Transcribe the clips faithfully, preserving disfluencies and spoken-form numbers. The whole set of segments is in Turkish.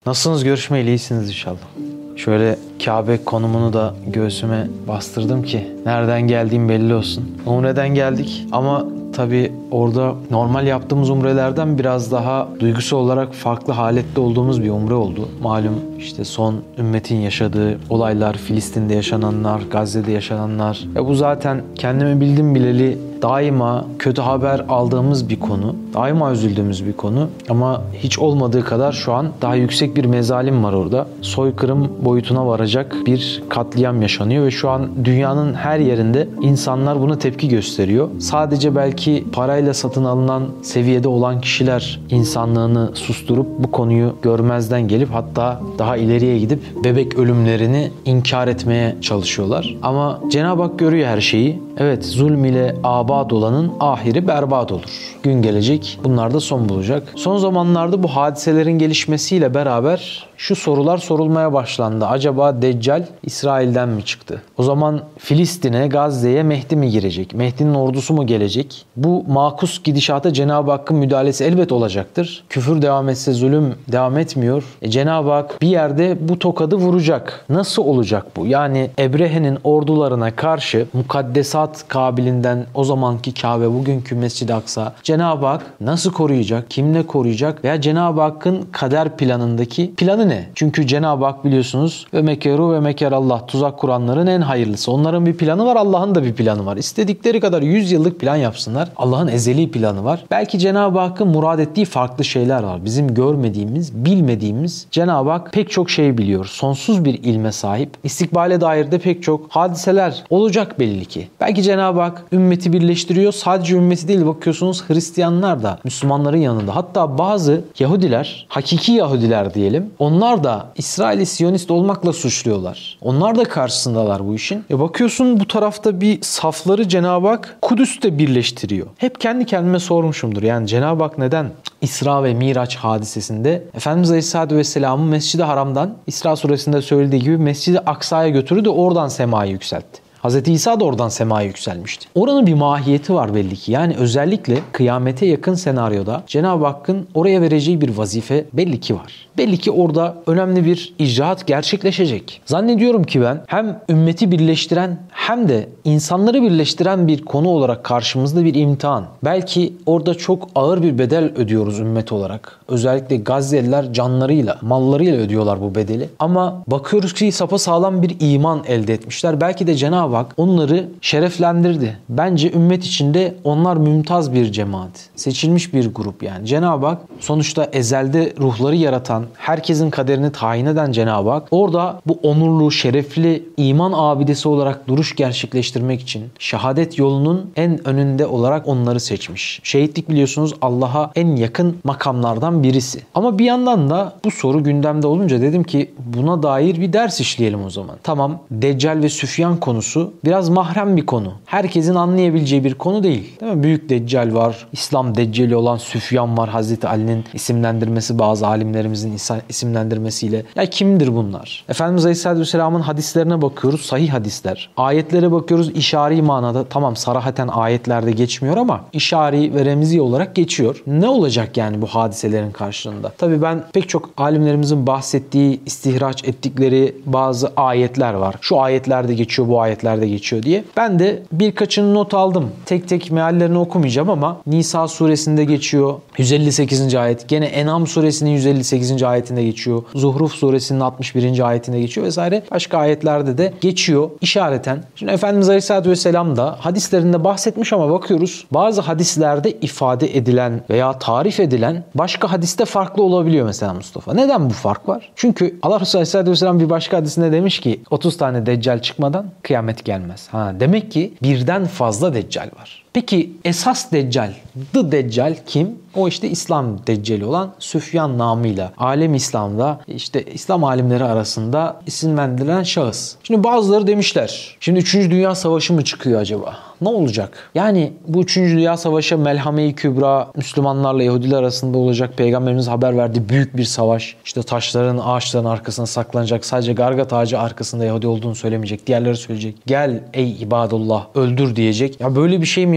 Nasılsınız? Görüşmeyeli iyisiniz inşallah. Şöyle Kabe konumunu da göğsüme bastırdım ki nereden geldiğim belli olsun. Umre'den geldik ama tabii orada normal yaptığımız umrelerden biraz daha duygusal olarak farklı halette olduğumuz bir umre oldu. Malum işte son ümmetin yaşadığı olaylar, Filistin'de yaşananlar, Gazze'de yaşananlar. Ve bu zaten kendimi bildim bileli daima kötü haber aldığımız bir konu. Daima üzüldüğümüz bir konu. Ama hiç olmadığı kadar şu an daha yüksek bir mezalim var orada. Soykırım boyutuna varacak bir katliam yaşanıyor ve şu an dünyanın her yerinde insanlar buna tepki gösteriyor. Sadece belki parayla satın alınan seviyede olan kişiler insanlığını susturup bu konuyu görmezden gelip hatta daha ileriye gidip bebek ölümlerini inkar etmeye çalışıyorlar. Ama Cenab-ı Hak görüyor her şeyi. Evet, zulm ile abad olanın ahiri berbat olur. Gün gelecek, bunlar da son bulacak. Son zamanlarda bu hadiselerin gelişmesiyle beraber şu sorular sorulmaya başlandı. Acaba Deccal İsrail'den mi çıktı? O zaman Filistin'e, Gazze'ye Mehdi mi girecek? Mehdi'nin ordusu mu gelecek? Bu makus gidişata Cenab-ı Hakk'ın müdahalesi elbet olacaktır. Küfür devam etse zulüm devam etmiyor. E, Cenab-ı Hak bir yerde bu tokadı vuracak. Nasıl olacak bu? Yani Ebrehe'nin ordularına karşı mukaddesat kabilinden o zamanki Kabe, bugünkü Mescid-i Aksa Cenab-ı Hak nasıl koruyacak? Kimle koruyacak? Veya Cenab-ı Hakk'ın kader planındaki planı ne? Çünkü Cenab-ı Hak biliyorsunuz ve mekeru ve mekerallah, tuzak kuranların en hayırlısı. Onların bir planı var, Allah'ın da bir planı var. İstedikleri kadar yüz yıllık plan yapsınlar. Allah'ın ezeli planı var. Belki Cenab-ı Hakk'ın murad ettiği farklı şeyler var. Bizim görmediğimiz, bilmediğimiz. Cenab-ı Hak pek çok şey biliyor. Sonsuz bir ilme sahip. İstikbale dair de pek çok hadiseler olacak belli ki. Belki Cenab-ı Hak ümmeti birleştiriyor. Sadece ümmeti değil, bakıyorsunuz Hristiyanlar da Müslümanların yanında. Hatta bazı Yahudiler, hakiki Yahudiler diyelim, onlar da İsrail'i Siyonist olmakla suçluyorlar. Onlar da karşısındalar bu işin. E bakıyorsun bu tarafta bir safları Cenab-ı Hak Kudüs'te birleştiriyor. Hep kendi kendime sormuşumdur. Yani Cenab-ı Hak neden İsra ve Miraç hadisesinde Efendimiz Aleyhisselatü Vesselam'ı Mescid-i Haram'dan, İsra suresinde söylediği gibi Mescid-i Aksa'ya götürdü de oradan semaya yükseltti. Hazreti İsa da oradan semaya yükselmişti. Oranın bir mahiyeti var belli ki. Yani özellikle kıyamete yakın senaryoda Cenab-ı Hakk'ın oraya vereceği bir vazife belli ki var. Belli ki orada önemli bir icraat gerçekleşecek. Zannediyorum ki ben hem ümmeti birleştiren hem de insanları birleştiren bir konu olarak karşımızda bir imtihan. Belki orada çok ağır bir bedel ödüyoruz ümmet olarak. Özellikle Gazze'liler canlarıyla, mallarıyla ödüyorlar bu bedeli. Ama bakıyoruz ki sapasağlam bir iman elde etmişler. Belki de Cenab-ı Hak onları şereflendirdi. Bence ümmet içinde onlar mümtaz bir cemaat. Seçilmiş bir grup yani. Cenab-ı Hak sonuçta ezelde ruhları yaratan, herkesin kaderini tayin eden Cenab-ı Hak orada bu onurlu, şerefli iman abidesi olarak duruş gerçekleştirmek için şehadet yolunun en önünde olarak onları seçmiş. Şehitlik biliyorsunuz Allah'a en yakın makamlardan birisi. Ama bir yandan da bu soru gündemde olunca dedim ki buna dair bir ders işleyelim o zaman. Tamam, Deccal ve Süfyan konusu biraz mahrem bir konu. Herkesin anlayabileceği bir konu değil. Değil mi? Büyük Deccal var. İslam Deccali olan Süfyan var. Hazreti Ali'nin isimlendirmesi, bazı alimlerimizin isimlendirmesiyle. Ya kimdir bunlar? Efendimiz Aleyhisselatü Vesselam'ın hadislerine bakıyoruz. Sahih hadisler. Ayetlere bakıyoruz. İşari manada. Tamam, sarahaten ayetlerde geçmiyor ama işari ve remzi olarak geçiyor. Ne olacak yani bu hadiselerin karşılığında? Tabii ben pek çok alimlerimizin bahsettiği, istihraç ettikleri bazı ayetler var. Şu ayetlerde geçiyor, bu ayetlerde geçiyor diye. Ben de birkaçını not aldım. Tek tek meallerini okumayacağım ama Nisa suresinde geçiyor. yüz elli sekizinci ayet. Gene En'am suresinin yüz elli sekizinci ayetinde geçiyor. Zuhruf suresinin altmış birinci ayetinde geçiyor vesaire. Başka ayetlerde de geçiyor işareten. Şimdi Efendimiz Aleyhisselatü Vesselam da hadislerinde bahsetmiş ama bakıyoruz bazı hadislerde ifade edilen veya tarif edilen başka hadiste farklı olabiliyor mesela Mustafa. Neden bu fark var? Çünkü Allah Resulü Aleyhisselatü Vesselam bir başka hadisinde demiş ki otuz tane deccal çıkmadan kıyamet gelmez. Ha, demek ki birden fazla deccal var. Peki esas deccal, the deccal kim? O işte İslam deccali olan Süfyan namıyla alem İslam'da işte İslam alimleri arasında isimlendirilen şahıs. Şimdi bazıları demişler. Şimdi üçüncü Dünya Savaşı mı çıkıyor acaba? Ne olacak? Yani bu üçüncü Dünya Savaşı Melhame-i Kübra Müslümanlarla Yahudiler arasında olacak. Peygamberimiz haber verdi. Büyük bir savaş. İşte taşların, ağaçların arkasına saklanacak. Sadece gargat ağacı arkasında Yahudi olduğunu söylemeyecek. Diğerleri söyleyecek. Gel ey ibadullah öldür diyecek. Ya böyle bir şey mi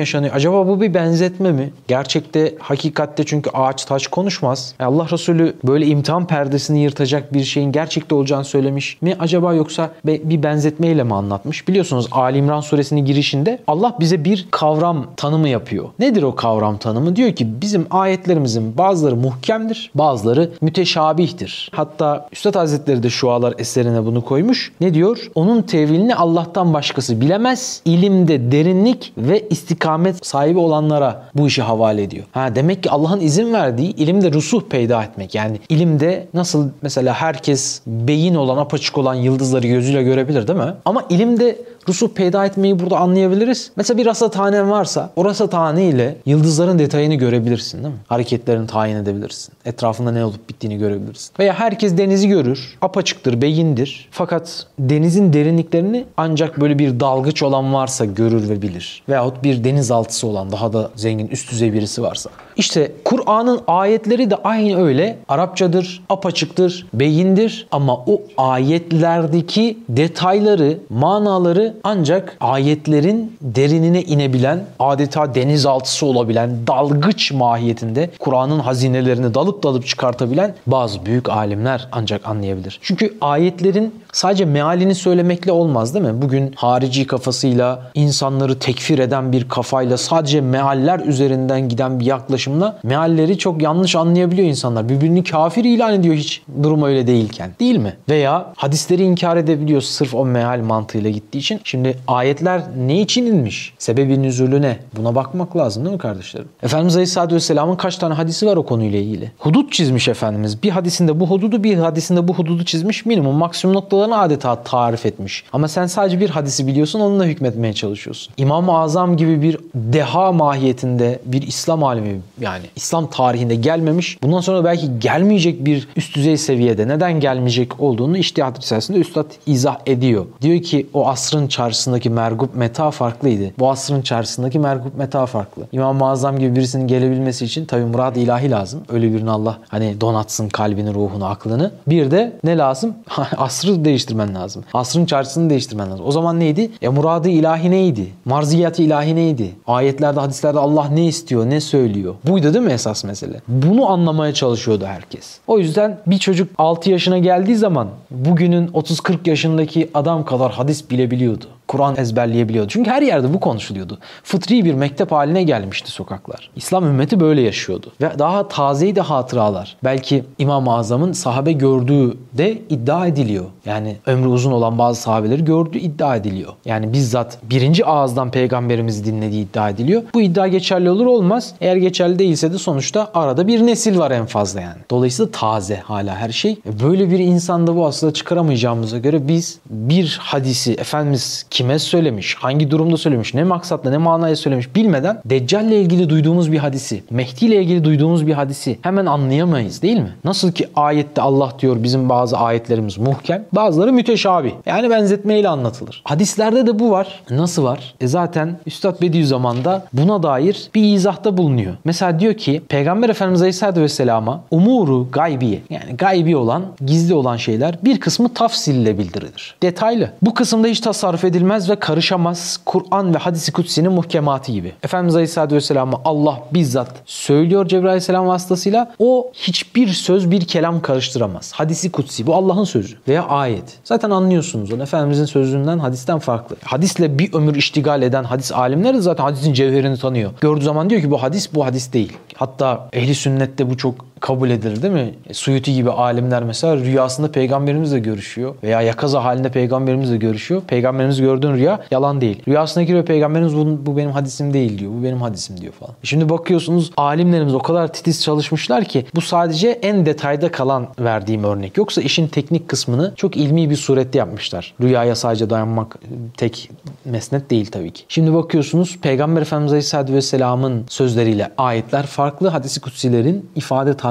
yaşanıyor. Acaba bu bir benzetme mi? Gerçekte, hakikatte çünkü ağaç taş konuşmaz. Allah Resulü böyle imtihan perdesini yırtacak bir şeyin gerçekte olacağını söylemiş mi acaba, yoksa bir benzetmeyle mi anlatmış? Biliyorsunuz Ali İmran suresinin girişinde Allah bize bir kavram tanımı yapıyor. Nedir o kavram tanımı? Diyor ki bizim ayetlerimizin bazıları muhkemdir, bazıları müteşabihtir. Hatta Üstad Hazretleri de Şualar eserine bunu koymuş. Ne diyor? Onun tevilini Allah'tan başkası bilemez. İlimde derinlik ve istikamet sahibi olanlara bu işi havale ediyor. Ha, demek ki Allah'ın izin verdiği ilimde rusuh peyda etmek. Yani ilimde nasıl mesela herkes beyin olan, apaçık olan yıldızları gözüyle görebilir değil mi? Ama ilimde rusuh peyda etmeyi burada anlayabiliriz. Mesela bir rasathanen varsa o rasathane ile yıldızların detayını görebilirsin değil mi? Hareketlerini tayin edebilirsin. Etrafında ne olup bittiğini görebilirsin. Veya herkes denizi görür. Apaçıktır, beyindir. Fakat denizin derinliklerini ancak böyle bir dalgıç olan varsa görür ve bilir. Veyahut bir denizaltısı olan, daha da zengin, üst düzey birisi varsa. İşte Kur'an'ın ayetleri de aynı öyle. Arapçadır, apaçıktır, beyindir. Ama o ayetlerdeki detayları, manaları ancak ayetlerin derinine inebilen, adeta denizaltısı olabilen, dalgıç mahiyetinde Kur'an'ın hazinelerini dalıp dalıp çıkartabilen bazı büyük alimler ancak anlayabilir. Çünkü ayetlerin sadece mealini söylemekle olmaz değil mi? Bugün harici kafasıyla, insanları tekfir eden bir kafayla, sadece mealler üzerinden giden bir yaklaşımla mealleri çok yanlış anlayabiliyor insanlar. Birbirini kafir ilan ediyor hiç durum öyle değilken. Değil mi? Veya hadisleri inkar edebiliyor sırf o meal mantığıyla gittiği için. Şimdi ayetler ne için inmiş? Sebebi nüzulü ne? Buna bakmak lazım değil mi kardeşlerim? Efendimiz Aleyhisselatü Vesselam'ın kaç tane hadisi var o konuyla ilgili? Hudut çizmiş Efendimiz. Bir hadisinde bu hududu, bir hadisinde bu hududu çizmiş. Minimum maksimum noktalarını adeta tarif etmiş. Ama sen sadece bir hadisi biliyorsun, onunla hükmetmeye çalışıyorsun. İmam-ı Azam gibi bir deha mahiyetinde bir İslam alimi, yani İslam tarihinde gelmemiş, bundan sonra belki gelmeyecek bir üst düzey seviyede neden gelmeyecek olduğunu İçtihat Risalesi'nde Üstad izah ediyor. Diyor ki o asrın çarşısındaki mergup meta farklıydı. Bu asrın çarşısındaki mergup meta farklı. İmam-ı Azam gibi birisinin gelebilmesi için tabi murad ilahi lazım. Öyle birini Allah hani donatsın kalbini, ruhunu, aklını. Bir de ne lazım? Asrı değiştirmen lazım. Asrın çarşısını değiştirmen lazım. O zaman neydi? E muradı ilahi neydi? Marziyat-ı ilahi neydi? Ayetlerde, hadislerde Allah ne istiyor, ne söylüyor? Buydu değil mi esas mesele? Bunu anlamaya çalışıyordu herkes. O yüzden bir çocuk altı yaşına geldiği zaman bugünün otuz kırk yaşındaki adam kadar hadis bilebiliyordu. Kur'an ezberleyebiliyordu. Çünkü her yerde bu konuşuluyordu. Fıtri bir mektep haline gelmişti sokaklar. İslam ümmeti böyle yaşıyordu. Ve daha tazeydi hatıralar. Belki İmam-ı Azam'ın sahabe gördüğü de iddia ediliyor. Yani ömrü uzun olan bazı sahabeleri gördüğü iddia ediliyor. Yani bizzat birinci ağızdan peygamberimizi dinlediği iddia ediliyor. Bu iddia geçerli olur olmaz. Eğer geçerli değilse de sonuçta arada bir nesil var en fazla yani. Dolayısıyla taze hala her şey. Böyle bir insanda bu aslında çıkaramayacağımıza göre biz bir hadisi Efendimiz kime söylemiş, hangi durumda söylemiş, ne maksatla, ne manaya söylemiş bilmeden Deccal ile ilgili duyduğumuz bir hadisi, Mehdi ile ilgili duyduğumuz bir hadisi hemen anlayamayız değil mi? Nasıl ki ayette Allah diyor bizim bazı ayetlerimiz muhkem, bazıları müteşabih. Yani benzetmeyle anlatılır. Hadislerde de bu var. Nasıl var? E zaten Üstad Bediüzzaman'da buna dair bir izahta bulunuyor. Mesela diyor ki Peygamber Efendimiz Aleyhisselatü Vesselam'a umuru gaybiye, yani gaybi olan, gizli olan şeyler bir kısmı tafsille bildirilir. Detaylı. Bu kısımda hiç tasarruf edilmez ve karışamaz. Kur'an ve hadis-i kutsinin muhkematı gibi. Efendimiz Aleyhisselatü Vesselam'a Allah bizzat söylüyor Cebrail Aleyhisselam vasıtasıyla. O hiçbir söz, bir kelam karıştıramaz. Hadis-i kutsi. Bu Allah'ın sözü veya ayet. Zaten anlıyorsunuz onu. Efendimizin sözünden, hadisten farklı. Hadisle bir ömür iştigal eden hadis alimleri de zaten hadisin cevherini tanıyor. Gördüğü zaman diyor ki bu hadis, bu hadis değil. Hatta ehli sünnette bu çok kabul edilir değil mi? Suyuti gibi alimler mesela rüyasında peygamberimizle görüşüyor veya yakaza halinde peygamberimizle görüşüyor. Peygamberimiz gördüğün rüya yalan değil. Rüyasına giriyor peygamberimiz bu, bu benim hadisim değil diyor. Bu benim hadisim diyor falan. Şimdi bakıyorsunuz alimlerimiz o kadar titiz çalışmışlar ki bu sadece en detayda kalan verdiğim örnek. Yoksa işin teknik kısmını çok ilmi bir surette yapmışlar. Rüyaya sadece dayanmak tek mesnet değil tabii ki. Şimdi bakıyorsunuz Peygamber Efendimiz Aleyhisselatü Vesselam'ın sözleriyle ayetler farklı. Hadis-i kutsilerin ifade tarzı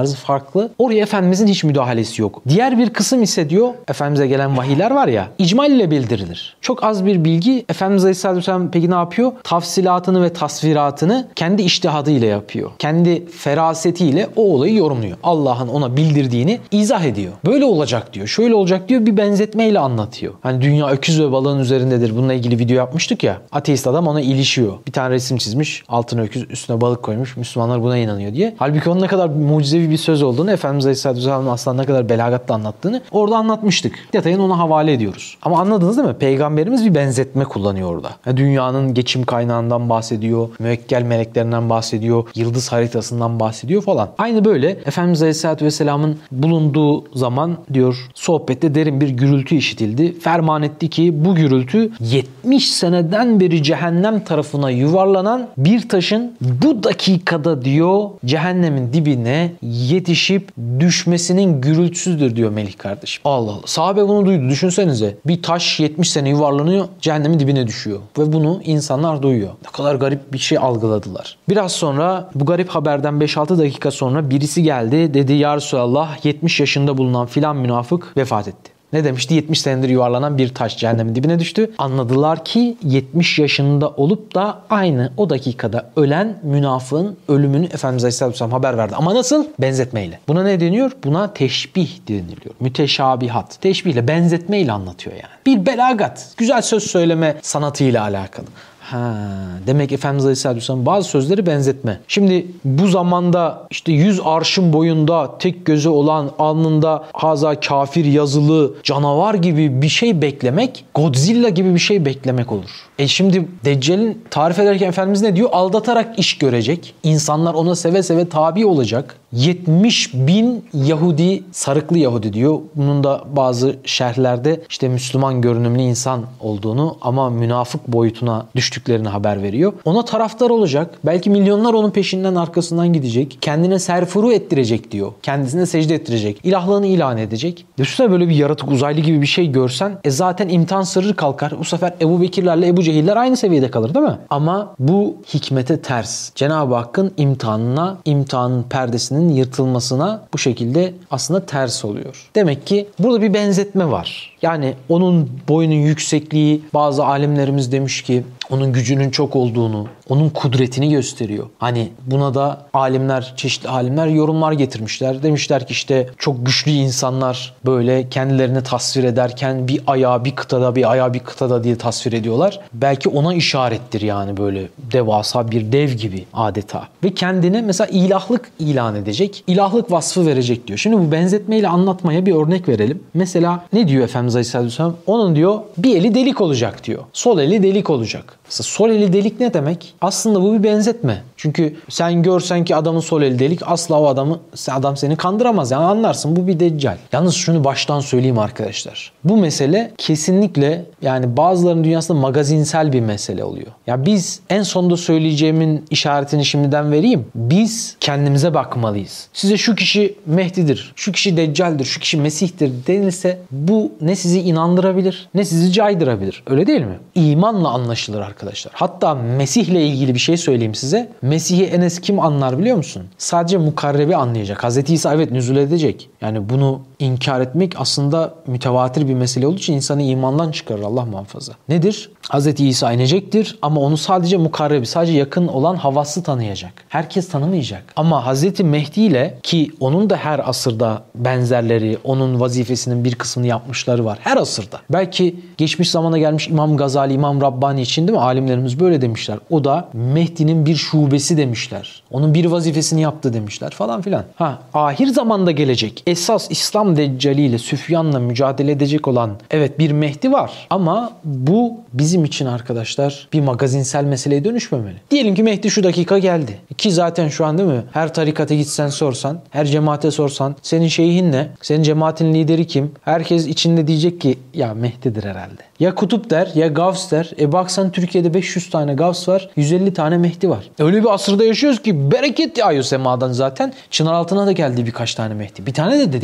tarzı farklı. Oraya Efendimizin hiç müdahalesi yok. Diğer bir kısım ise diyor, Efendimiz'e gelen vahiyler var ya, icmal ile bildirilir. Çok az bir bilgi, Efendimiz Aleyhisselatü Vesselam peki ne yapıyor? Tafsilatını ve tasviratını kendi içtihadıyla yapıyor. Kendi ferasetiyle o olayı yorumluyor. Allah'ın ona bildirdiğini izah ediyor. Böyle olacak diyor, şöyle olacak diyor, bir benzetmeyle anlatıyor. Hani dünya öküz ve balığın üzerindedir. Bununla ilgili video yapmıştık ya. Ateist adam ona ilişiyor. Bir tane resim çizmiş, altına öküz, üstüne balık koymuş. Müslümanlar buna inanıyor diye. Halbuki onun ne kadar mucizevi bir söz olduğunu, Efendimiz Aleyhisselatü Vesselam'ın aslında ne kadar belagatla anlattığını orada anlatmıştık. Detayını ona havale ediyoruz. Ama anladınız değil mi? Peygamberimiz bir benzetme kullanıyor orada. Yani dünyanın geçim kaynağından bahsediyor. Müekkel meleklerinden bahsediyor. Yıldız haritasından bahsediyor falan. Aynı böyle Efendimiz Aleyhisselatü Vesselam'ın bulunduğu zaman diyor, sohbette derin bir gürültü işitildi. Ferman etti ki bu gürültü yetmiş seneden beri cehennem tarafına yuvarlanan bir taşın bu dakikada diyor cehennemin dibine yetişip düşmesinin gürültüsüdür diyor Melih kardeşim. Allah Allah. Sahabe bunu duydu. Düşünsenize. Bir taş yetmiş sene yuvarlanıyor, cehennemin dibine düşüyor. Ve bunu insanlar duyuyor. Ne kadar garip bir şey algıladılar. Biraz sonra bu garip haberden beş altı dakika sonra birisi geldi. Dedi ya Resulallah, yetmiş yaşında bulunan filan münafık vefat etti. Ne demişti? yetmiş senedir yuvarlanan bir taş cehennemin dibine düştü. Anladılar ki yetmiş yaşında olup da aynı o dakikada ölen münafığın ölümünü Efendimiz Aleyhisselatü Vesselam haber verdi. Ama nasıl? Benzetmeyle. Buna ne deniyor? Buna teşbih deniliyor. Müteşabihat. Teşbihle, benzetmeyle anlatıyor yani. Bir belagat. Güzel söz söyleme sanatıyla alakalı. Ha, demek Efendimiz Aleyhisselatü Vesselam bazı sözleri benzetme. Şimdi bu zamanda işte yüz arşın boyunda tek gözü olan, alnında haza kafir yazılı canavar gibi bir şey beklemek, Godzilla gibi bir şey beklemek olur. E şimdi Deccal'in tarif ederken Efendimiz ne diyor? Aldatarak iş görecek. İnsanlar ona seve seve tabi olacak. yetmiş bin Yahudi, sarıklı Yahudi diyor. Bunun da bazı şerhlerde işte Müslüman görünümlü insan olduğunu ama münafık boyutuna düştüklerini haber veriyor. Ona taraftar olacak. Belki milyonlar onun peşinden, arkasından gidecek. Kendine serfuru ettirecek diyor. Kendisine secde ettirecek. İlahlığını ilan edecek. Düşünsene böyle bir yaratık, uzaylı gibi bir şey görsen e zaten imtihan sırrı kalkar. Bu sefer Ebu Bekirlerle Ebu Cehiller aynı seviyede kalır değil mi? Ama bu hikmete ters. Cenab-ı Hakk'ın imtihanına, imtihanın perdesinin yırtılmasına bu şekilde aslında ters oluyor. Demek ki burada bir benzetme var. Yani onun boyunun yüksekliği, bazı alimlerimiz demiş ki onun gücünün çok olduğunu, onun kudretini gösteriyor. Hani buna da alimler, çeşitli alimler yorumlar getirmişler. Demişler ki işte çok güçlü insanlar böyle kendilerini tasvir ederken bir ayağı bir kıtada, bir ayağı bir kıtada diye tasvir ediyorlar. Belki ona işarettir yani, böyle devasa bir dev gibi adeta. Ve kendine mesela ilahlık ilan edecek, ilahlık vasfı verecek diyor. Şimdi bu benzetmeyle anlatmaya bir örnek verelim. Mesela ne diyor Efendimiz Aleyhisselatü Vesselam? Onun diyor bir eli delik olacak diyor. Sol eli delik olacak. Mesela sol eli delik ne demek? Aslında bu bir benzetme. Çünkü sen görsen ki adamın sol eli delik, asla o adamı adam seni kandıramaz. Yani anlarsın bu bir deccal. Yalnız şunu baştan söyleyeyim arkadaşlar. Bu mesele kesinlikle yani bazılarının dünyasında magazinsel bir mesele oluyor. Ya biz en sonda söyleyeceğimin işaretini şimdiden vereyim. Biz kendimize bakmalıyız. Size şu kişi Mehdi'dir, şu kişi Deccal'dir, şu kişi Mesih'tir denilse bu ne sizi inandırabilir ne sizi caydırabilir. Öyle değil mi? İmanla anlaşılır arkadaşlar. Hatta Mesih'le ilgili bir şey söyleyeyim size. Mesih'i Enes kim anlar biliyor musun? Sadece mukarrebi anlayacak. Hazreti İsa evet nüzul edecek. Yani bunu inkar etmek aslında mütevatir bir mesele olduğu için insanı imandan çıkarır, Allah muhafaza. Nedir? Hazreti İsa inecektir ama onu sadece mukarrebi, sadece yakın olan havası tanıyacak. Herkes tanımayacak. Ama Hazreti Mehdi ile, ki onun da her asırda benzerleri, onun vazifesinin bir kısmını yapmışları var. Her asırda. Belki geçmiş zamana gelmiş İmam Gazali, İmam Rabbani için değil mi? Alimlerimiz böyle demişler. O da Mehdi'nin bir şubesi demişler. Onun bir vazifesini yaptı demişler falan filan. Ha, ahir zamanda gelecek. Esas İslam Deccali ile Süfyan'la mücadele edecek olan evet bir Mehdi var. Ama bu bizim için arkadaşlar bir magazinsel meseleye dönüşmemeli. Diyelim ki Mehdi şu dakika geldi. Ki zaten şu an değil mi? Her tarikata gitsen sorsan, her cemaate sorsan senin şeyhin ne? Senin cemaatin lideri kim? Herkes içinde diyecek ki ya Mehdi'dir herhalde. Ya kutup der ya gavs der. E baksan Türkiye'de beş yüz tane gavs var. yüz elli tane Mehdi var. Öyle bir asırda yaşıyoruz ki bereket yağıyor semadan zaten. Çınar altına da geldi birkaç tane Mehdi. Bir tane de, de değil ha.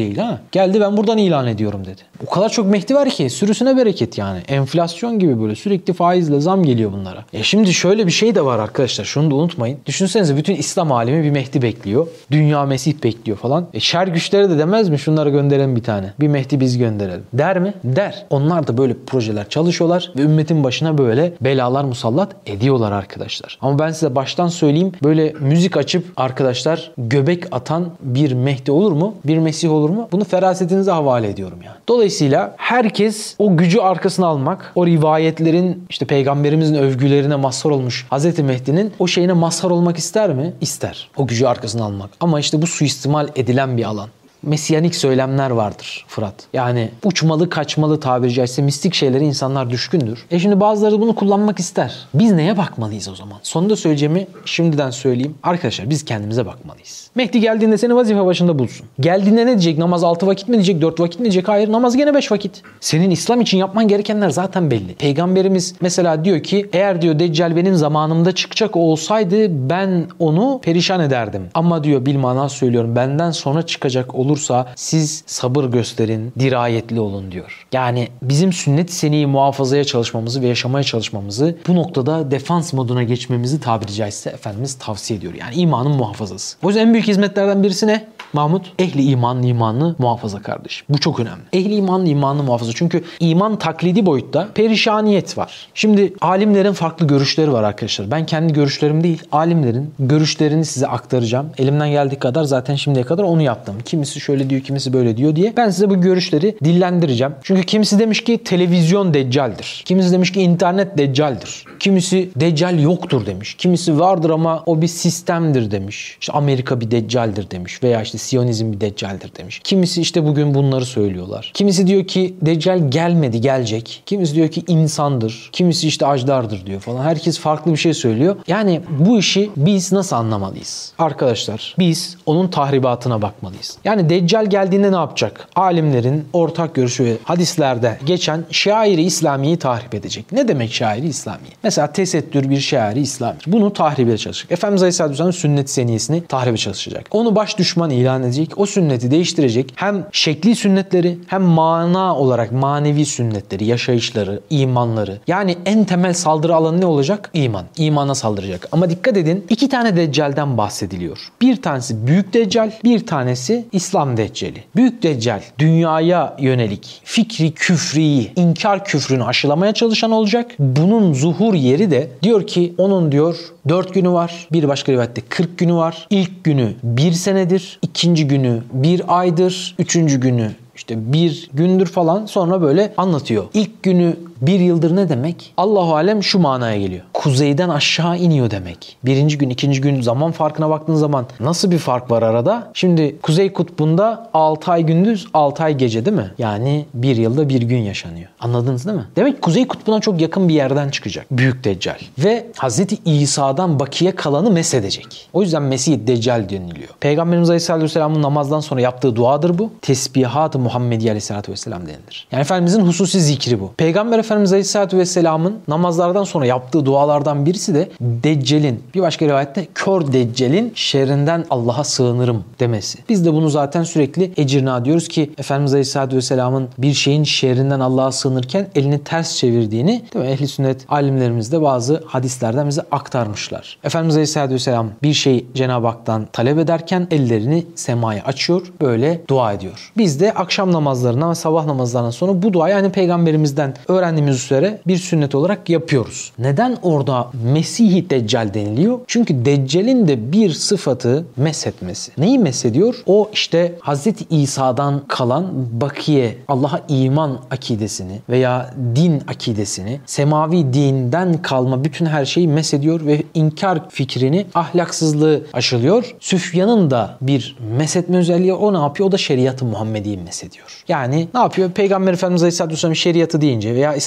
Geldi ben buradan ilan ediyorum dedi. O kadar çok Mehdi var ki sürüsüne bereket yani. Enflasyon gibi böyle sürekli faizle zam geliyor bunlara. E şimdi şöyle bir şey de var arkadaşlar. Şunu da unutmayın. Düşünsenize bütün İslam alemi bir Mehdi bekliyor. Dünya Mesih bekliyor falan. E şer güçleri de demez mi? Şunları gönderelim bir tane. Bir Mehdi biz gönderelim. Der mi? Der. Onlar da böyle projeler çalışıyorlar ve ümmetin başına böyle belalar musallat ediyorlar arkadaşlar. Ama ben size baştan söyleyeyim. Böyle müzik açıp arkadaşlar göbek atan bir Mehdi olur mu? Bir Mesih olur mu? Bunu ferasetinize havale ediyorum yani. Dolayısıyla herkes o gücü arkasına almak, o rivayetlerin işte peygamberimizin övgülerine mazhar olmuş Hazreti Mehdi'nin o şeyine mazhar olmak ister mi? İster. O gücü arkasına almak. Ama işte bu suistimal edilen bir alan. Mesiyanik söylemler vardır Fırat. Yani uçmalı kaçmalı tabiri caizse mistik şeylere insanlar düşkündür. E şimdi bazıları bunu kullanmak ister. Biz neye bakmalıyız o zaman? Sonunda söyleyeceğimi şimdiden söyleyeyim. Arkadaşlar biz kendimize bakmalıyız. Mehdi geldiğinde seni vazife başında bulsun. Geldiğinde ne diyecek? Namaz altı vakit mi diyecek? dört vakit mi diyecek? Hayır, namaz gene beş vakit. Senin İslam için yapman gerekenler zaten belli. Peygamberimiz mesela diyor ki eğer diyor Deccal benim zamanımda çıkacak olsaydı ben onu perişan ederdim. Ama diyor bilmana söylüyorum benden sonra çıkacak olur olursa siz sabır gösterin, dirayetli olun diyor. Yani bizim sünnet-i seniyi muhafazaya çalışmamızı ve yaşamaya çalışmamızı bu noktada defans moduna geçmemizi tabiri caizse Efendimiz tavsiye ediyor. Yani imanın muhafazası. O yüzden en büyük hizmetlerden birisi ne? Mahmut, ehli imanlı imanını muhafaza kardeşim. Bu çok önemli. Ehli imanlı imanını muhafaza. Çünkü iman taklidi boyutta perişaniyet var. Şimdi alimlerin farklı görüşleri var arkadaşlar. Ben kendi görüşlerim değil, alimlerin görüşlerini size aktaracağım. Elimden geldiği kadar zaten şimdiye kadar onu yaptım. Kimisi şöyle diyor, kimisi böyle diyor diye. Ben size bu görüşleri dillendireceğim. Çünkü kimisi demiş ki televizyon deccaldir. Kimisi demiş ki internet deccaldir. Kimisi deccal yoktur demiş. Kimisi vardır ama o bir sistemdir demiş. İşte Amerika bir deccaldir demiş. Veya işte Siyonizm bir deccaldir demiş. Kimisi işte bugün bunları söylüyorlar. Kimisi diyor ki deccal gelmedi, gelecek. Kimisi diyor ki insandır. Kimisi işte ajdardır diyor falan. Herkes farklı bir şey söylüyor. Yani bu işi biz nasıl anlamalıyız? Arkadaşlar biz onun tahribatına bakmalıyız. Yani deccal geldiğinde ne yapacak? Alimlerin ortak görüşü ve hadislerde geçen şairi İslami'yi tahrip edecek. Ne demek şairi İslami? Mesela tesettür bir şairi İslami. Bunu tahribe çalışacak. Efendimiz Aleyhisselatü Vesselam'ın sünnet seniyesini tahribe çalışacak. Onu baş düşman ilan edecek. O sünneti değiştirecek. Hem şekli sünnetleri hem mana olarak manevi sünnetleri, yaşayışları, imanları. Yani en temel saldırı alanı ne olacak? İman. İmana saldıracak. Ama dikkat edin iki tane deccalden bahsediliyor. Bir tanesi büyük deccal, bir tanesi İslam deccali. Büyük deccal dünyaya yönelik fikri küfriyi, inkar küfrünü aşılamaya çalışan olacak. Bunun zuhur yeri de diyor ki onun diyor dört günü var. Bir başka rivayette kırk günü var. İlk günü bir senedir. İkinci günü bir aydır. Üçüncü günü işte bir gündür falan, sonra böyle anlatıyor. İlk günü bir yıldır ne demek? Allahu alem şu manaya geliyor. Kuzeyden aşağı iniyor demek. Birinci gün, ikinci gün zaman farkına baktığın zaman nasıl bir fark var arada? Şimdi Kuzey Kutbu'nda altı ay gündüz, altı ay gece değil mi? Yani bir yılda bir gün yaşanıyor. Anladınız değil mi? Demek ki Kuzey Kutbu'na çok yakın bir yerden çıkacak. Büyük Deccal. Ve Hazreti İsa'dan bakiye kalanı mesedecek. O yüzden Mesih Deccal deniliyor. Peygamberimiz Aleyhisselatü Vesselam'ın namazdan sonra yaptığı duadır bu. Tesbihat-ı Muhammediye Aleyhisselatü Vesselam denilir. Yani Efendimizin hususi zikri bu. Peygamber Efendimiz Aleyhisselatü Vesselam'ın namazlardan sonra yaptığı dualardan birisi de Deccal'in, bir başka rivayette kör Deccal'in şerrinden Allah'a sığınırım demesi. Biz de bunu zaten sürekli ecirna diyoruz ki Efendimiz Aleyhisselatü Vesselam'ın bir şeyin şerrinden Allah'a sığınırken elini ters çevirdiğini değil mi? Ehli sünnet alimlerimiz de bazı hadislerden bize aktarmışlar. Efendimiz Aleyhisselatü Vesselam bir şey Cenab-ı Hak'tan talep ederken ellerini semaya açıyor, böyle dua ediyor. Biz de akşam namazlarından ve sabah namazlarından sonra bu duayı yani Peygamberimizden öğrendiğimiz üzere bir sünnet olarak yapıyoruz. Neden orada Mesih-i Deccal deniliyor? Çünkü Deccal'in de bir sıfatı meshetmesi. Neyi meshediyor? O işte Hazreti İsa'dan kalan bakiye, Allah'a iman akidesini veya din akidesini, semavi dinden kalma bütün her şeyi meshediyor ve inkar fikrini, ahlaksızlığı aşılıyor. Süfyan'ın da bir meshetme özelliği, o ne yapıyor? O da şeriat-ı Muhammedi'yi meshediyor. Yani ne yapıyor? Peygamber Efendimiz Aleyhisselatü Vesselam şeriatı deyince veya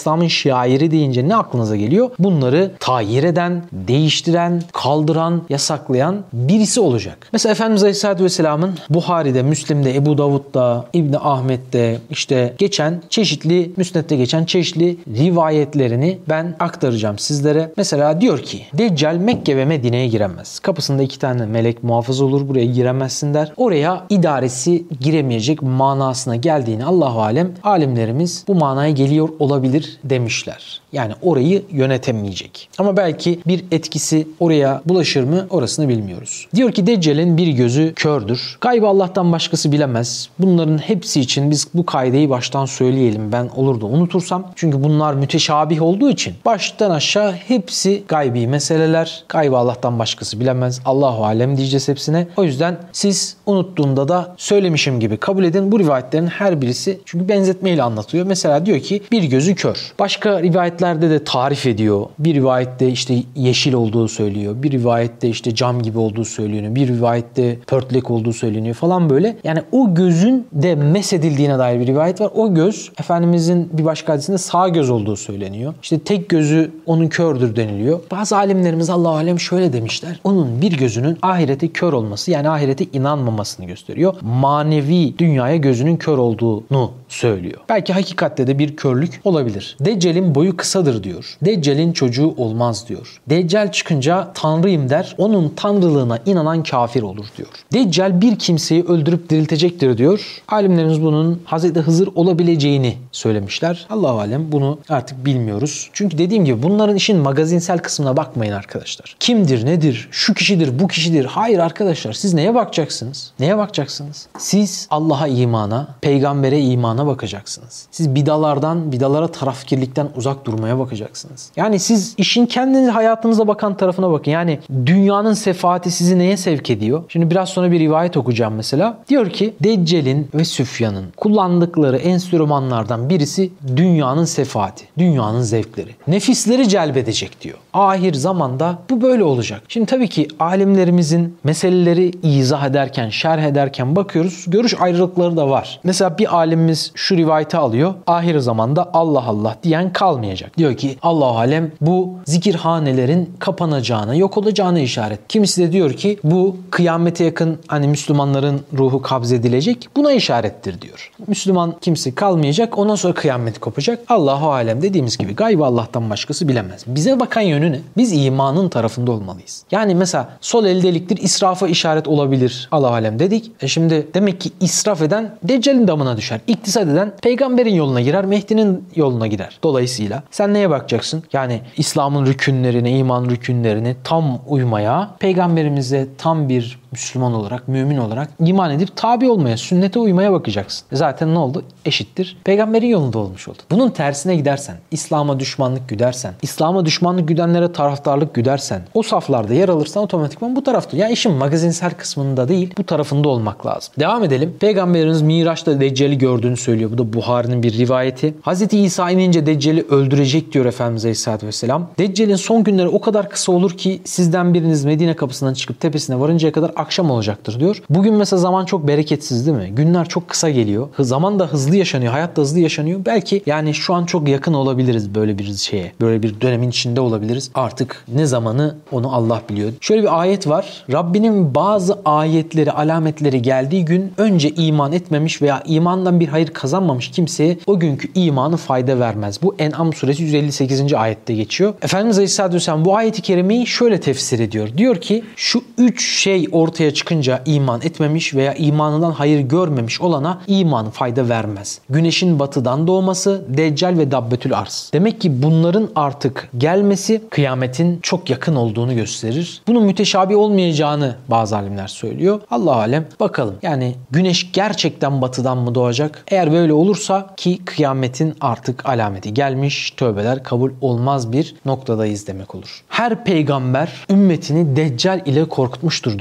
İslam'ın şairi deyince ne aklınıza geliyor? Bunları tayir eden, değiştiren, kaldıran, yasaklayan birisi olacak. Mesela Efendimiz Aleyhisselatü Vesselam'ın Buhari'de, Müslim'de, Ebu Davud'da, İbni Ahmet'te işte geçen çeşitli, Müsned'de geçen çeşitli rivayetlerini ben aktaracağım sizlere. Mesela diyor ki Deccal Mekke ve Medine'ye giremez. Kapısında iki tane melek muhafız olur, buraya giremezsin der. Oraya idaresi giremeyecek manasına geldiğini Allahu alem alimlerimiz bu manaya geliyor olabilir demişler. Yani orayı yönetemeyecek. Ama belki bir etkisi oraya bulaşır mı orasını bilmiyoruz. Diyor ki Deccal'in bir gözü kördür. Gaybı Allah'tan başkası bilemez. Bunların hepsi için biz bu kaideyi baştan söyleyelim. Ben olur da unutursam. Çünkü bunlar müteşabih olduğu için baştan aşağı hepsi gaybi meseleler. Gaybı Allah'tan başkası bilemez. Allahu alem diyeceğiz hepsine. O yüzden siz unuttuğunda da söylemişim gibi kabul edin. Bu rivayetlerin her birisi çünkü benzetmeyle anlatıyor. Mesela diyor ki bir gözü kör. Başka rivayetlerde de tarif ediyor. Bir rivayette işte yeşil olduğu söylüyor. Bir rivayette işte cam gibi olduğu söyleniyor. Bir rivayette pörtlek olduğu söyleniyor falan böyle. Yani o gözün de mesedildiğine dair bir rivayet var. O göz Efendimizin bir başka hadisinde sağ göz olduğu söyleniyor. İşte tek gözü onun kördür deniliyor. Bazı alimlerimiz Allahu alem şöyle demişler. Onun bir gözünün ahirete kör olması yani ahirete inanmamasını gösteriyor. Manevi dünyaya gözünün kör olduğunu söylüyor. Belki hakikatte de bir körlük olabilir. Deccal'in boyu kısadır diyor. Deccal'in çocuğu olmaz diyor. Deccal çıkınca tanrıyım der. Onun tanrılığına inanan kafir olur diyor. Deccal bir kimseyi öldürüp diriltecektir diyor. Alimlerimiz bunun Hazreti Hızır olabileceğini söylemişler. Allahu alem bunu artık bilmiyoruz. Çünkü dediğim gibi bunların işin magazinsel kısmına bakmayın arkadaşlar. Kimdir, nedir, şu kişidir, bu kişidir. Hayır arkadaşlar siz neye bakacaksınız? Neye bakacaksınız? Siz Allah'a imana, peygambere imana bakacaksınız. Siz bidalardan, bidalara tarafkirlikten uzak durmaya bakacaksınız. Yani siz işin kendiniz hayatınıza bakan tarafına bakın. Yani dünyanın sefaati sizi neye sevk ediyor? Şimdi biraz sonra bir rivayet okuyacağım mesela. Diyor ki Deccal'in ve Süfyan'ın kullandıkları enstrümanlardan birisi dünyanın sefaati, dünyanın zevkleri. Nefisleri celbedecek diyor. Ahir zamanda bu böyle olacak. Şimdi tabii ki alimlerimizin meseleleri izah ederken, şerh ederken bakıyoruz. Görüş ayrılıkları da var. Mesela bir alimimiz şu rivayeti alıyor. Ahir zamanda Allah Allah diyen kalmayacak. Diyor ki Allahu alem bu zikirhanelerin kapanacağına, yok olacağına işaret. Kimisi de diyor ki bu kıyamete yakın hani Müslümanların ruhu kabzedilecek. Buna işarettir diyor. Müslüman kimse kalmayacak. Ondan sonra kıyamet kopacak. Allahu alem dediğimiz gibi gaybı Allah'tan başkası bilemez. Bize bakan yönü ne? Biz imanın tarafında olmalıyız. Yani mesela sol el deliktir, israfa işaret olabilir. Allahu alem dedik. E şimdi demek ki israf eden Deccal'in damına düşer. İktisat eden peygamberin yoluna girer, Mehdi'nin yoluna gider. Dolayısıyla sen neye bakacaksın? Yani İslam'ın rükünlerine, iman rükünlerine tam uymaya, peygamberimize tam bir Müslüman olarak, mümin olarak iman edip tabi olmaya, sünnete uymaya bakacaksın. Zaten ne oldu? Eşittir. Peygamberin yolunda olmuş oldu. Bunun tersine gidersen, İslam'a düşmanlık güdersen, İslam'a düşmanlık güdenlere taraftarlık güdersen, o saflarda yer alırsan otomatikman bu tarafta. Yani işin magazinsel kısmında değil, bu tarafında olmak lazım. Devam edelim. Peygamberimiz Miraç'ta Deccal'i gördüğünü söylüyor. Bu da Buhari'nin bir rivayeti. Hazreti İsa inince Deccal'i öldürecek diyor Efendimiz Aleyhisselatü Vesselam. Deccal'in son günleri o kadar kısa olur ki sizden biriniz Medine kapısından çıkıp tepesine varıncaya kadar akşam olacaktır diyor. Bugün mesela zaman çok bereketsiz değil mi? Günler çok kısa geliyor. Zaman da hızlı yaşanıyor. Hayat da hızlı yaşanıyor. Belki yani şu an çok yakın olabiliriz böyle bir şeye. Böyle bir dönemin içinde olabiliriz. Artık ne zamanı onu Allah biliyor. Şöyle bir ayet var. Rabbinin bazı ayetleri, alametleri geldiği gün önce iman etmemiş veya imandan bir hayır kazanmamış kimseye o günkü imanı fayda vermez. Bu En'am suresi yüz elli sekizinci ayette geçiyor. Efendimiz Aleyhisselatü Vesselam bu ayeti kerimeyi şöyle tefsir ediyor. Diyor ki şu üç şey ortaya çıkınca iman etmemiş veya imanından hayır görmemiş olana iman fayda vermez. Güneşin batıdan doğması, Deccal ve Dabbetül Arz. Demek ki bunların artık gelmesi kıyametin çok yakın olduğunu gösterir. Bunun müteşabih olmayacağını bazı alimler söylüyor. Allahu alem bakalım. Yani güneş gerçekten batıdan mı doğacak? Eğer böyle olursa ki kıyametin artık alameti gelmiş, tövbeler kabul olmaz bir noktadayız demek olur. Her peygamber ümmetini Deccal ile korkutmuştur diyor peygamber.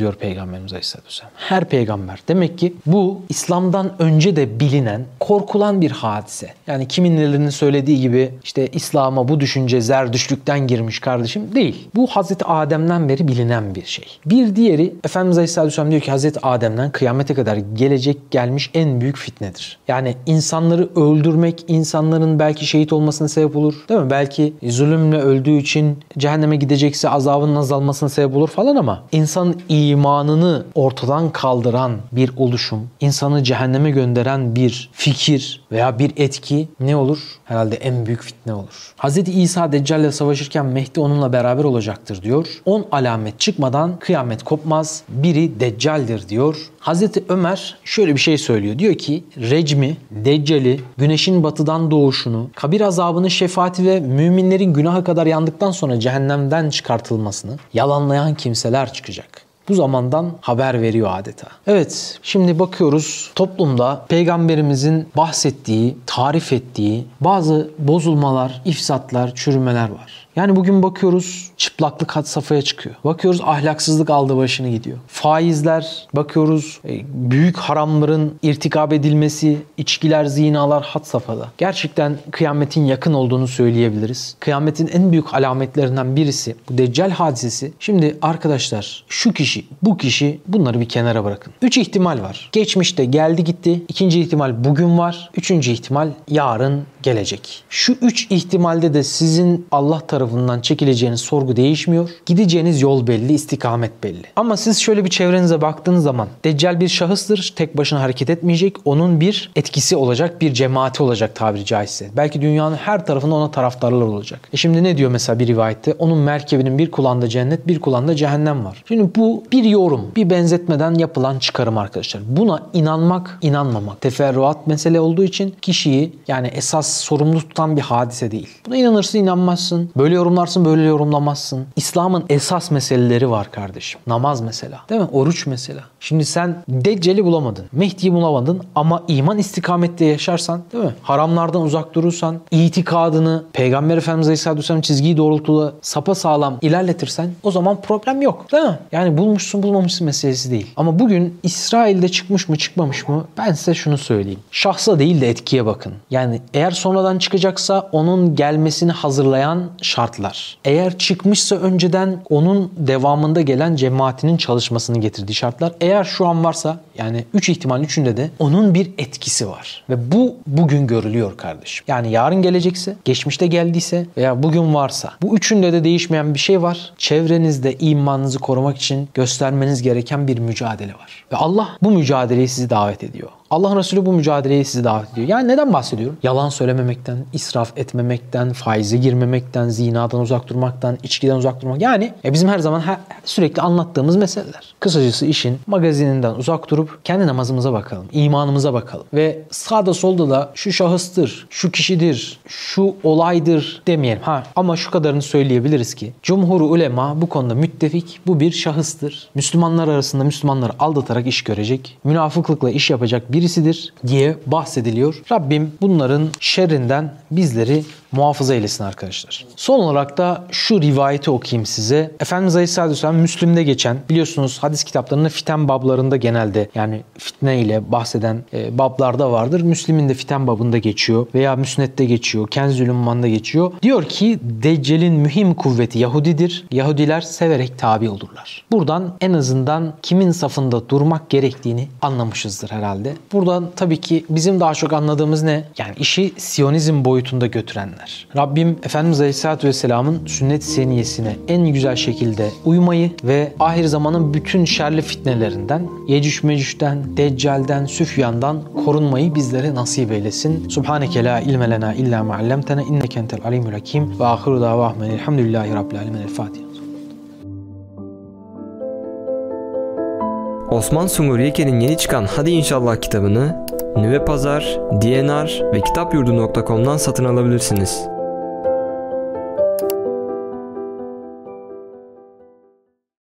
Peygamberimiz Aleyhisselatü Vesselam. Her peygamber. Demek ki bu İslam'dan önce de bilinen, korkulan bir hadise. Yani kimilerinin söylediği gibi işte İslam'a bu düşünce zerdüştlükten girmiş kardeşim değil. Bu Hazreti Adem'den beri bilinen bir şey. Bir diğeri Efendimiz Aleyhisselatü Vesselam diyor ki Hazreti Adem'den kıyamete kadar gelecek gelmiş en büyük fitnedir. Yani insanları öldürmek insanların belki şehit olmasına sebep olur. Değil mi? Belki zulümle öldüğü için cehenneme gidecekse azabının azalmasına sebep olur falan ama insanın imanını ortadan kaldıran bir oluşum, insanı cehenneme gönderen bir fikir veya bir etki ne olur? Herhalde en büyük fitne olur. Hazreti İsa Deccal ile savaşırken Mehdi onunla beraber olacaktır diyor. on alamet çıkmadan kıyamet kopmaz. Biri Deccal'dir diyor. Hazreti Ömer şöyle bir şey söylüyor. Diyor ki recmi, Deccal'i, güneşin batıdan doğuşunu, kabir azabını, şefaati ve müminlerin günaha kadar yandıktan sonra cehennemden çıkartılmasını yalanlayan kimseler çıkacak. Bu zamandan haber veriyor adeta. Evet, şimdi bakıyoruz toplumda peygamberimizin bahsettiği, tarif ettiği bazı bozulmalar, ifsatlar, çürümeler var. Yani bugün bakıyoruz çıplaklık had safhaya çıkıyor. Bakıyoruz ahlaksızlık aldı başını gidiyor. Faizler, bakıyoruz büyük haramların irtikab edilmesi, içkiler, zinalar had safhada. Gerçekten kıyametin yakın olduğunu söyleyebiliriz. Kıyametin en büyük alametlerinden birisi bu Deccal hadisesi. Şimdi arkadaşlar şu kişi, bu kişi bunları bir kenara bırakın. Üç ihtimal var. Geçmişte geldi gitti. İkinci ihtimal bugün var. Üçüncü ihtimal yarın gelecek. Şu üç ihtimalde de sizin Allah tarafından çekileceğiniz sorgu değişmiyor. Gideceğiniz yol belli, istikamet belli. Ama siz şöyle bir çevrenize baktığınız zaman Deccal bir şahıstır. Tek başına hareket etmeyecek. Onun bir etkisi olacak, bir cemaati olacak tabiri caizse. Belki dünyanın her tarafında ona taraftarlar olacak. E şimdi ne diyor mesela bir rivayette? Onun merkebinin bir kulağında cennet, bir kulağında cehennem var. Şimdi bu bir yorum, bir benzetmeden yapılan çıkarım arkadaşlar. Buna inanmak, inanmamak. Teferruat mesele olduğu için kişiyi yani esas sorumlu tutan bir hadise değil. Buna inanırsın, inanmazsın. Böyle yorumlarsın, böyle yorumlamazsın. İslam'ın esas meseleleri var kardeşim. Namaz mesela. Değil mi? Oruç mesela. Şimdi sen Deccal'i bulamadın. Mehdi'yi bulamadın ama iman istikamette yaşarsan, değil mi? Haramlardan uzak durursan, itikadını Peygamber Efendimiz Aleyhisselatü Vesselam çizgiyi doğrultuda sapasağlam ilerletirsen o zaman problem yok. Değil mi? Yani bulmuşsun bulmamışsın meselesi değil. Ama bugün İsrail'de çıkmış mı çıkmamış mı? Ben size şunu söyleyeyim. Şahsa değil de etkiye bakın. Yani eğer sonradan çıkacaksa onun gelmesini hazırlayan şartlar. Eğer çıkmışsa önceden onun devamında gelen cemaatinin çalışmasını getirdiği şartlar. Eğer şu an varsa yani üç ihtimal üçünde de onun bir etkisi var. Ve bu bugün görülüyor kardeşim. Yani yarın gelecekse, geçmişte geldiyse veya bugün varsa bu üçünde de değişmeyen bir şey var. Çevrenizde imanınızı korumak için göstermeniz gereken bir mücadele var. Ve Allah bu mücadeleyi sizi davet ediyor. Allah Resulü bu mücadeleye sizi davet ediyor. Yani neden bahsediyorum? Yalan söylememekten, israf etmemekten, faize girmemekten, zinadan uzak durmaktan, içkiden uzak durmak. Yani e bizim her zaman her, sürekli anlattığımız meseleler. Kısacası işin magazininden uzak durup kendi namazımıza bakalım, imanımıza bakalım. Ve sağda solda da şu şahıstır, şu kişidir, şu olaydır demeyelim. Ha, ama şu kadarını söyleyebiliriz ki cumhur-u ulema bu konuda müttefik, bu bir şahıstır. Müslümanlar arasında Müslümanları aldatarak iş görecek, münafıklıkla iş yapacak bir birisidir diye bahsediliyor. Rabbim bunların şerrinden bizleri muhafaza eylesin arkadaşlar. Son olarak da şu rivayeti okuyayım size. Efendimiz Aleyhisselatü Vesselam Müslim'de geçen, biliyorsunuz hadis kitaplarında fiten bablarında genelde yani fitne ile bahseden e, bablarda vardır. Müslim'in de fiten babında geçiyor veya Müsned'de geçiyor, Kenzül Umman'da geçiyor. Diyor ki Deccal'in mühim kuvveti Yahudidir. Yahudiler severek tabi olurlar. Buradan en azından kimin safında durmak gerektiğini anlamışızdır herhalde. Buradan tabii ki bizim daha çok anladığımız ne? Yani işi Siyonizm boyutunda götürenler. Rabbim Efendimiz Aleyhisselatü Vesselam'ın sünnet-i seniyesine en güzel şekilde uymayı ve ahir zamanın bütün şerli fitnelerinden, Yecüc Mecüc'ten, Deccal'den, Süfyan'dan korunmayı bizlere nasip eylesin. Subhaneke la ilme lena illa ma allamtena inneke entel alimul hakim ve ahiru davahmen elhamdülillahi rabbil alemin. El Fatiha. Osman Sungur Yeke'nin yeni çıkan Hadi İnşallah kitabını Nüve Pazar, D N R ve kitapyurdu nokta com'dan satın alabilirsiniz.